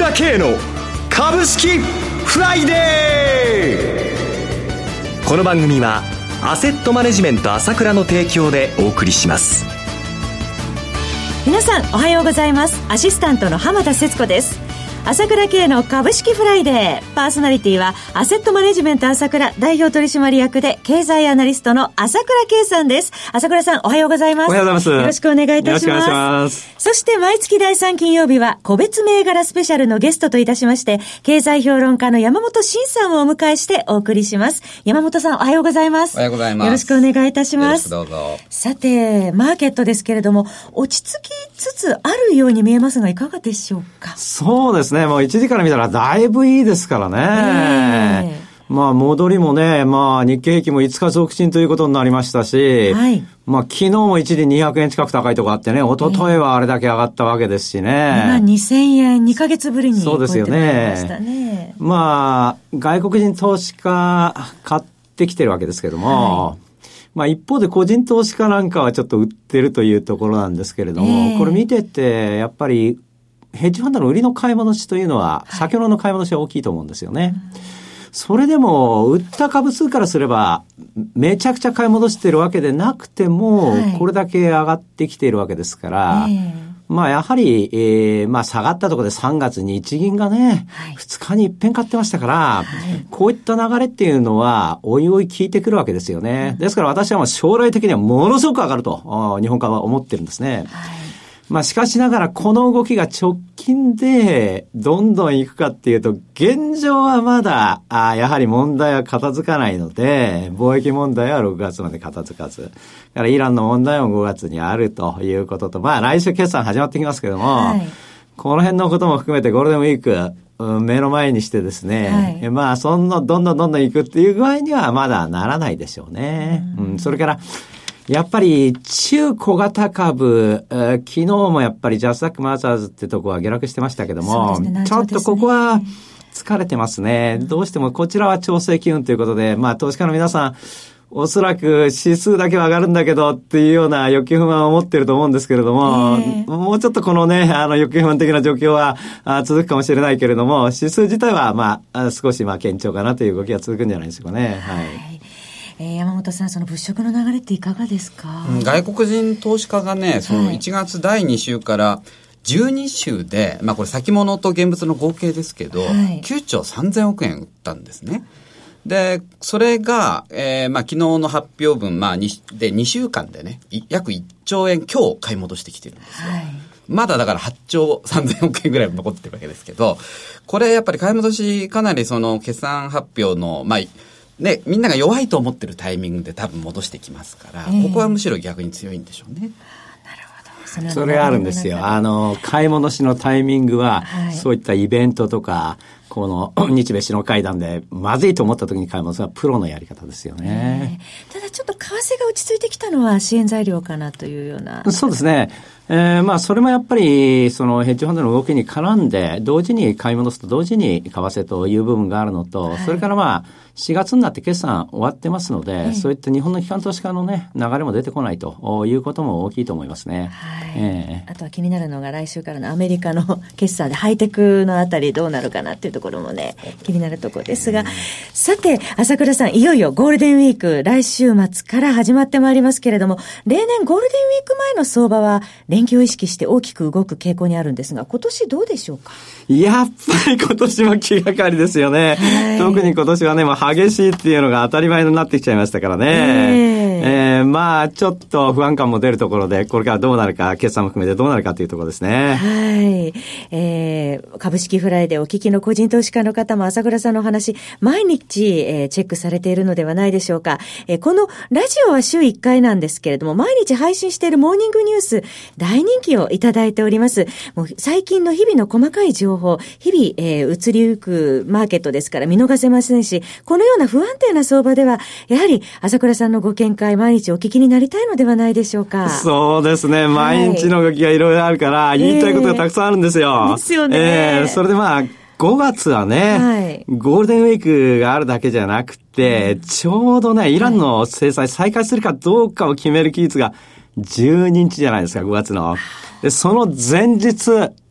倉慶の株式フライデー。この番組はアセットマネジメント朝倉の提供でお送りします。 皆さんおはようございます。アシスタントの浜田節子です。朝倉慶の株式フライデー。パーソナリティはアセットマネジメント朝倉代表取締役で経済アナリストの朝倉慶さんです。朝倉さんおはようございます。 おはようございます。 よろしくお願いいたします。 よろしくお願いします。 そして毎月第3金曜日は個別銘柄スペシャルのゲストといたしまして、経済評論家の山本慎さんをお迎えしてお送りします。山本さんおはようございます。 おはようございます。 よろしくお願いいたします。 よろしくどうぞ。 さてマーケットですけれども落ち着きつつあるように見えますがいかがでしょうか。 そうですね、もう1時から見たらだいぶいいですからね。まあ戻りもね、まあ日経平均も5日続伸ということになりましたし、はい、まあ昨日も一時200円近く高いとこあってね、一昨日はあれだけ上がったわけですしね。 今2000円2ヶ月ぶりに超えてまいりましたね。 そうですよね。まあ外国人投資家買ってきてるわけですけども、はい、まあ一方で個人投資家なんかはちょっと売ってるというところなんですけれども、これ見ててやっぱりヘッジファンドの売りの買い戻しというのは、先ほどの買い戻しは大きいと思うんですよね。それでも売った株数からすればめちゃくちゃ買い戻してるわけでなくても、これだけ上がってきているわけですから、まあやはり、まあ下がったところで3月に日銀がね、2日に一遍買ってましたから、こういった流れっていうのはおいおい効いてくるわけですよね。ですから私はもう将来的にはものすごく上がると日本株は思ってるんですね。まあしかしながらこの動きが直近でどんどん行くかっていうと現状はまだやはり問題は片付かないので、貿易問題は6月まで片付かず、だからイランの問題も5月にあるということと、まあ来週決算始まってきますけども、この辺のことも含めてゴールデンウィーク目の前にしてですね、まあそんなどんどん行くっていう具合にはまだならないでしょうね。それからやっぱり中小型株、昨日もやっぱりジャスダックマザーズってとこは下落してましたけども、ちょっとここは疲れてますね。どうしてもこちらは調整機運ということで、まあ投資家の皆さん、おそらく指数だけは上がるんだけどっていうような欲求不満を持ってると思うんですけれども、もうちょっとこのね、欲求不満的な状況は続くかもしれないけれども、指数自体はまあ少しまあ堅調かなという動きが続くんじゃないでしょうかね。はい。 山本さん、その物色の流れっていかがですか。 外国人投資家がね、その1月第2週から12週で、まあこれ先物と現物の合計ですけど、9兆3000億円売ったんですね。で、それが、まあ昨日の発表分、まあで2週間でね、約1兆円強買い戻してきてるんですよ。まだだから8兆3000億円ぐらい残ってるわけですけど、これやっぱり買い戻しかなりその決算発表の、まあね、みんなが弱いと思ってるタイミングで多分戻してきますから、ここはむしろ逆に強いんでしょうね。 なるほど。 それあるんですよ。買い戻しのタイミングは、そういったイベントとか、この日米首脳会談でまずいと思った時に買い戻すのはプロのやり方ですよね。 ただちょっと為替が落ち着いてきたのは支援材料かなというような。 そうですね。まあそれもやっぱりそのヘッジファンドの動きに絡んで同時に買い戻すと同時に為替という部分があるのと、それからまあ4月になって決算終わってますので、そういった日本の機関投資家のね流れも出てこないということも大きいと思いますね。 あとは気になるのが来週からのアメリカの決算でハイテクのあたりどうなるかなっていうところもね気になるところですが、さて朝倉さん、いよいよゴールデンウィーク来週末から始まってまいりますけれども、例年ゴールデンウィーク前の相場は連休を意識して大きく動く傾向にあるんですが、今年どうでしょうか。 やっぱり今年は気がかりですよね。特に今年はね、もう激しいっていうのが当たり前になってきちゃいましたからね。まあちょっと不安感も出るところで、これからどうなるか、決算も含めてどうなるかというところですね。 株式フライでお聞きの個人投資家の方も朝倉さんのお話毎日、チェックされているのではないでしょうか。このラジオは週1回なんですけれども、毎日配信しているモーニングニュース大人気をいただいております。もう最近の日々の細かい情報、日々、移りゆくマーケットですから見逃せませんし、このような不安定な相場ではやはり朝倉さんのご見解毎日お聞きになりたいのではないでしょうか。 そうですね、毎日の動きがいろいろあるから言いたいことがたくさんあるんですよ。 ですよね。 それでまあ5月はね、ゴールデンウィークがあるだけじゃなくて、ちょうどね、イランの制裁再開するかどうかを決める期日が12日じゃないですか、5月の。で、その前日、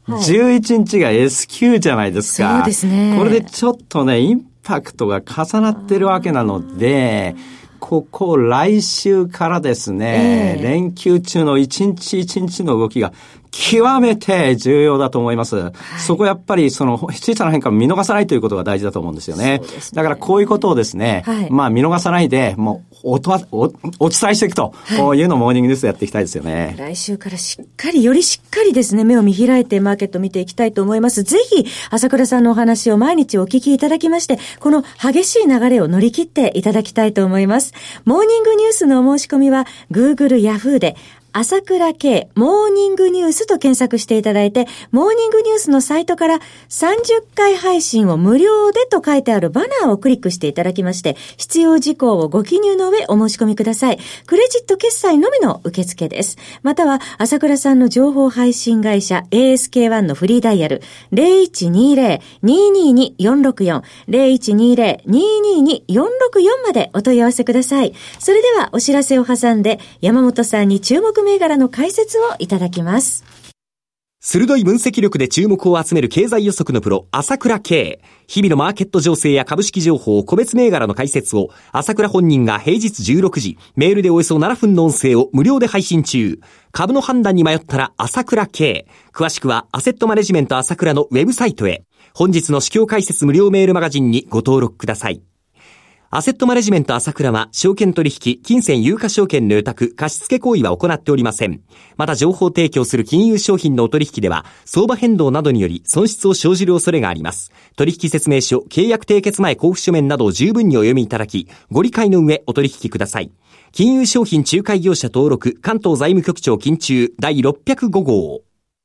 11日が S q じゃないですか。 そうですね。 これでちょっとね、インパクトが重なってるわけなので、ここ来週からですね、連休中の一日一日の動きが極めて重要だと思います。はい、そこやっぱりその小さな変化を見逃さないということが大事だと思うんですよね。そうですね。だからこういうことをですね、はい、まあ見逃さないで、もうお伝えしていくというのをモーニングニュースでやっていきたいですよね。 来週からよりしっかりですね、目を見開いてマーケット見ていきたいと思います。ぜひ、朝倉さんのお話を毎日お聞きいただきまして、この激しい流れを乗り切っていただきたいと思います。モーニングニュースのお申し込みは、Google、Yahoo で、朝倉慶モーニングニュースと検索していただいて、モーニングニュースのサイトから30回配信を無料でと書いてあるバナーをクリックしていただきまして、必要事項をご記入の上お申し込みください。クレジット決済のみの受付です。または朝倉さんの情報配信会社 ASK1 のフリーダイヤル 0120-222-464 0120-222-464までお問い合わせください。それではお知らせを挟んで山本さんに注目銘柄の解説をいただきます。 鋭い分析力で注目を集める経済予測のプロ、朝倉慶。日々のマーケット情勢や株式情報、個別銘柄の解説を、朝倉本人が平日16時、メールでおよそ7分の音声を無料で配信中。株の判断に迷ったら朝倉慶。詳しくは、アセットマネジメント朝倉のウェブサイトへ。本日の市況解説無料メールマガジンにご登録ください。アセットマネジメント朝倉は、証券取引、金銭有価証券の予託、貸付行為は行っておりません。また情報提供する金融商品のお取引では、相場変動などにより損失を生じる恐れがあります。取引説明書、契約締結前交付書面などを十分にお読みいただき、ご理解の上お取引ください。金融商品仲介業者登録、関東財務局長金中第605号。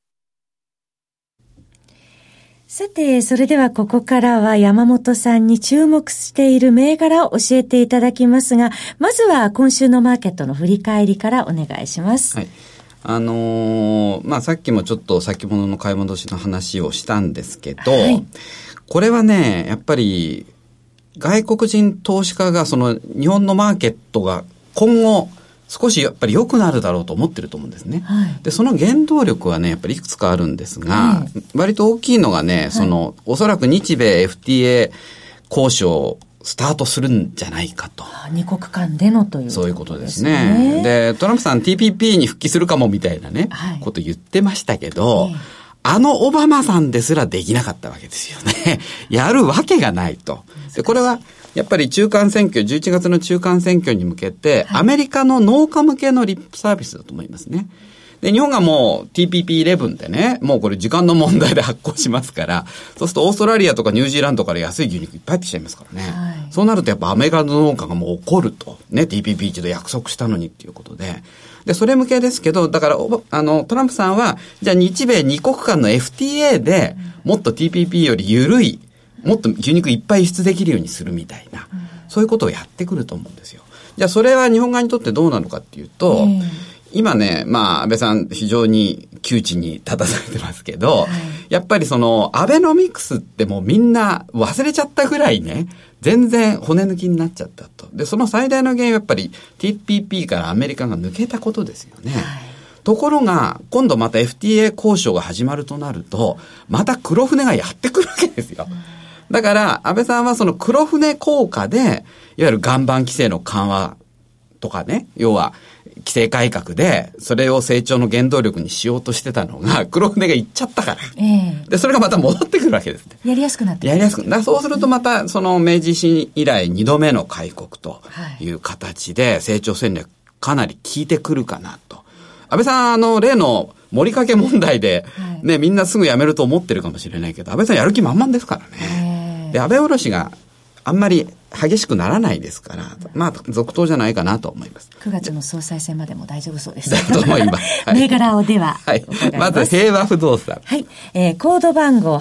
さて、それではここからは山本さんに注目している銘柄を教えていただきますが、まずは今週のマーケットの振り返りからお願いします。 はい。さっきもちょっと先物の買い戻しの話をしたんですけど、はい、これはね、やっぱり外国人投資家がその日本のマーケットが今後少しやっぱり良くなるだろうと思ってると思うんですね。はい、で、その原動力はね、やっぱりいくつかあるんですが、割と大きいのがね、おそらく日米 FTA 交渉スタートするんじゃないかと。 二国間でのということですね。 そういうことですね。で、トランプさん TPP に復帰するかもみたいなね、こと言ってましたけど、オバマさんですらできなかったわけですよね。やるわけがないと。で、これは、やっぱり中間選挙、11月の中間選挙に向けて、アメリカの農家向けのリップサービスだと思いますね。で、日本がもう TPP11 でね、もうこれ時間の問題で発行しますから、そうするとオーストラリアとかニュージーランドから安い牛肉いっぱい入ってきちゃいますからね。そうなるとやっぱアメリカの農家がもう怒ると。ね、TPP 一度約束したのにっていうことで。で、それ向けですけど、だから、トランプさんは、じゃあ日米二国間の FTA でもっと TPP より緩い、もっと牛肉いっぱい輸出できるようにするみたいな、そういうことをやってくると思うんですよ。じゃあそれは日本側にとってどうなのかっていうと、今ね、安倍さん非常に窮地に立たされてますけど、やっぱりアベノミクスってもうみんな忘れちゃったぐらいね、全然骨抜きになっちゃったと。で、その最大の原因はやっぱり TPP からアメリカが抜けたことですよね。ところが、今度また FTA 交渉が始まるとなると、また黒船がやってくるわけですよ。だから、安倍さんはその黒船効果で、いわゆる岩盤規制の緩和とかね、要は、規制改革で、それを成長の原動力にしようとしてたのが、黒船が行っちゃったから。で、それがまた戻ってくるわけですね。 やりやすくなってくる。 やりやすく。だそうするとまた、その明治維新以来2度目の開国という形で、成長戦略かなり効いてくるかなと。安倍さん、例の盛りかけ問題で、ね、みんなすぐ辞めると思ってるかもしれないけど、安倍さんやる気満々ですからね。で、安倍おろしがあんまり激しくならないですから、続投じゃないかなと思います。 9月の総裁選までも大丈夫そうです。 だと思います。 銘柄をでは、 まず平和不動産。 はい。コード番号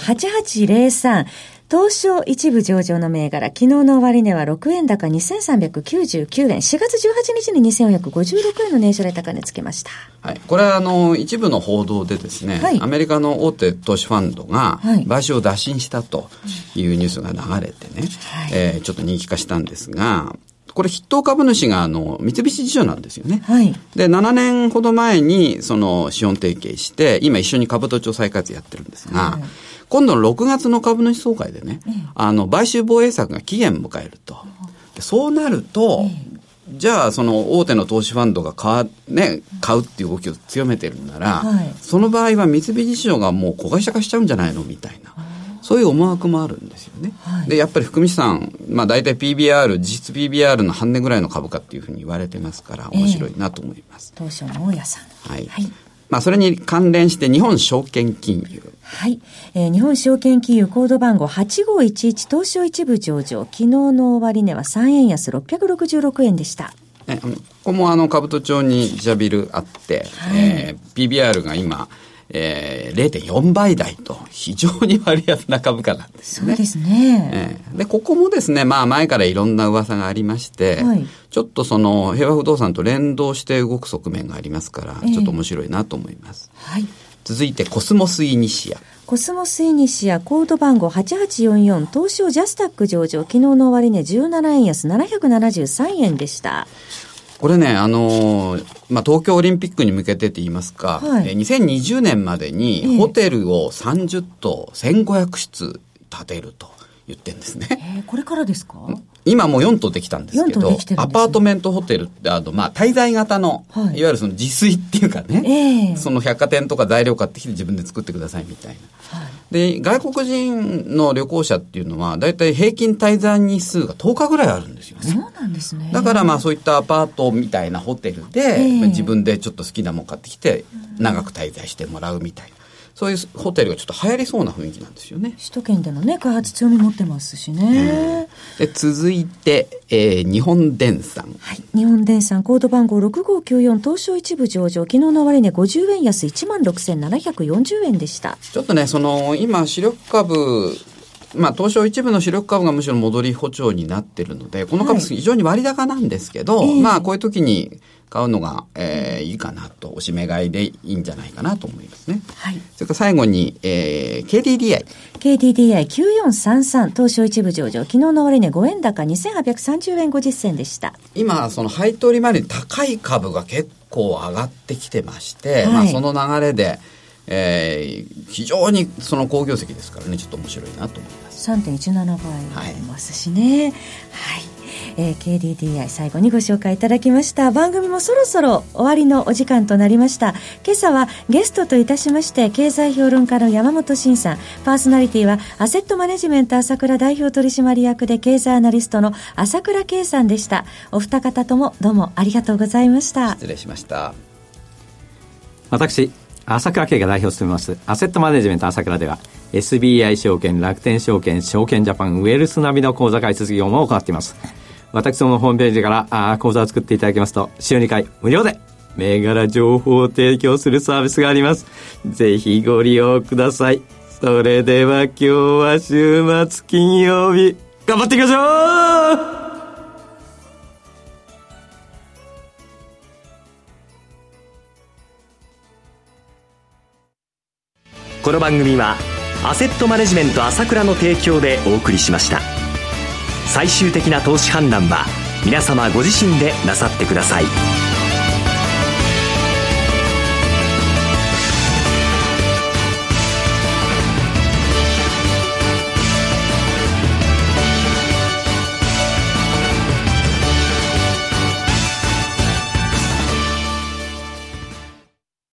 8803。東証一部上場の銘柄、昨日の終値は6円高2399円、4月18日に2456円の年初来高値つけました。 はい。これは一部の報道でですね、アメリカの大手投資ファンドが買収を打診したというニュースが流れてね、ちょっと人気化したんですが、 これ筆頭株主が三菱地所なんですよね。 はい。 で、7年ほど前にその資本提携して、今一緒に株都庁再開発やってるんですが、はい、今度の6月の株主総会でね、買収防衛策が期限を迎えると。そうなると、じゃあその大手の投資ファンドが買うっていう動きを強めてるなら、はい、その場合は三菱地所がもう子会社化しちゃうんじゃないのみたいな。そういう思惑もあるんですよね。はい、で、やっぱり福光さん、大体 PBR、実質 PBR の半値ぐらいの株価っていうふうに言われてますから、面白いなと思います。 東証の大家さん。 はい。はい、それに関連して日本証券金融。 はい。日本証券金融コード番号8511東証一部上場。昨日の終値は3円安666円でした。 ここも株都庁に自社ビルあって、はい、PBR が今、0.4 倍台と非常に割安な株価なんですね。 そうですね。 で、ここもですね、前からいろんな噂がありまして、はい、ちょっとその平和不動産と連動して動く側面がありますから、ちょっと面白いなと思います。はい。続いてコスモスイニシア。 コスモスイニシアコード番号8844東証ジャスタック上場。昨日の終値17円安773円でした。 これね、東京オリンピックに向けてって言いますか、はい、2020年までにホテルを30棟1500室建てると言ってるんですね。 これからですか？ 今もう4棟できたんですけど、アパートメントホテルって滞在型の、はい、いわゆるその自炊っていうかね、その百貨店とか材料買ってきて自分で作ってくださいみたいな。はい、で、外国人の旅行者っていうのはだいたい平均滞在日数が10日ぐらいあるんですよね。 そうなんですね。 だからそういったアパートみたいなホテルで、自分でちょっと好きなもの買ってきて長く滞在してもらうみたいな。そういうホテルがちょっと流行りそうな雰囲気なんですよね。 首都圏でのね、開発強み持ってますしね。 で、続いて、日本電産。 はい。日本電産、コード番号6594、東証一部上場。昨日の終値50円安16,740円でした。 ちょっとね、今、主力株、東証一部の主力株がむしろ戻り歩調になってるので、この株非常に割高なんですけど、こういう時に買うのが、いいかなと、おしめ買いでいいんじゃないかなと思いますね。はい。それから最後に、KDDI。 KDDI9433、東証一部上場。昨日の終値5円高2830円50銭でした。 今、その配当利回り高い株が結構上がってきてまして、その流れで、非常にその好業績ですからね、ちょっと面白いなと思います。 3.17 倍ありますしね。はい。KDDI 最後にご紹介いただきました。番組もそろそろ終わりのお時間となりました。今朝はゲストといたしまして経済評論家の山本慎さん、パーソナリティはアセットマネジメント朝倉代表取締役で経済アナリストの朝倉圭さんでした。お二方ともどうもありがとうございました。 失礼しました。 私朝倉圭が代表を務めますアセットマネジメント朝倉では SBI 証券、楽天証券、証券ジャパン、ウェルスナビの口座開設業務を行っています。私どものホームページから口座を作っていただきますと週2回無料で銘柄情報を提供するサービスがあります。ぜひご利用ください。それでは今日は週末金曜日頑張っていきましょう。 この番組はアセットマネジメント朝倉の提供でお送りしました。最終的な投資判断は皆様ご自身でなさってください。